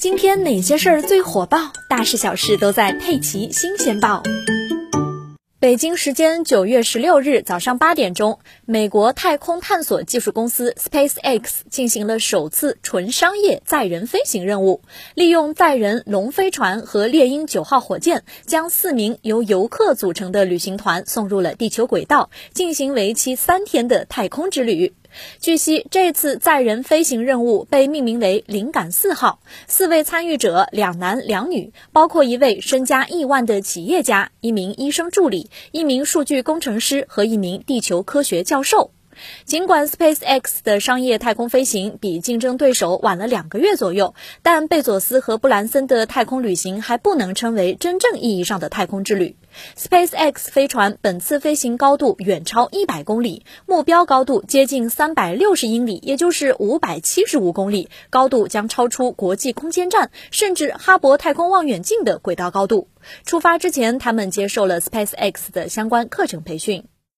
今天哪些事儿最火爆？大事小事都在佩奇新鲜报。北京时间9月16日早上8点钟，美国太空探索技术公司 SpaceX 进行了首次纯商业载人飞行任务，利用载人龙飞船和猎鹰9号火箭，将4名由游客组成的旅行团送入了地球轨道，进行为期3天的太空之旅。据悉，这次载人飞行任务被命名为灵感4号，4位参与者2男2女，包括一位身家亿万的企业家、1名医生助理、1名数据工程师和1名地球科学教授。尽管 SpaceX 的商业太空飞行比竞争对手晚了2个月左右，但贝佐斯和布兰森的太空旅行还不能称为真正意义上的太空之旅。SpaceX 飞船本次飞行高度远超100公里，目标高度接近360英里，也就是575公里，高度将超出国际空间站甚至哈勃太空望远镜的轨道高度。出发之前，他们接受了 SpaceX 的相关课程培训。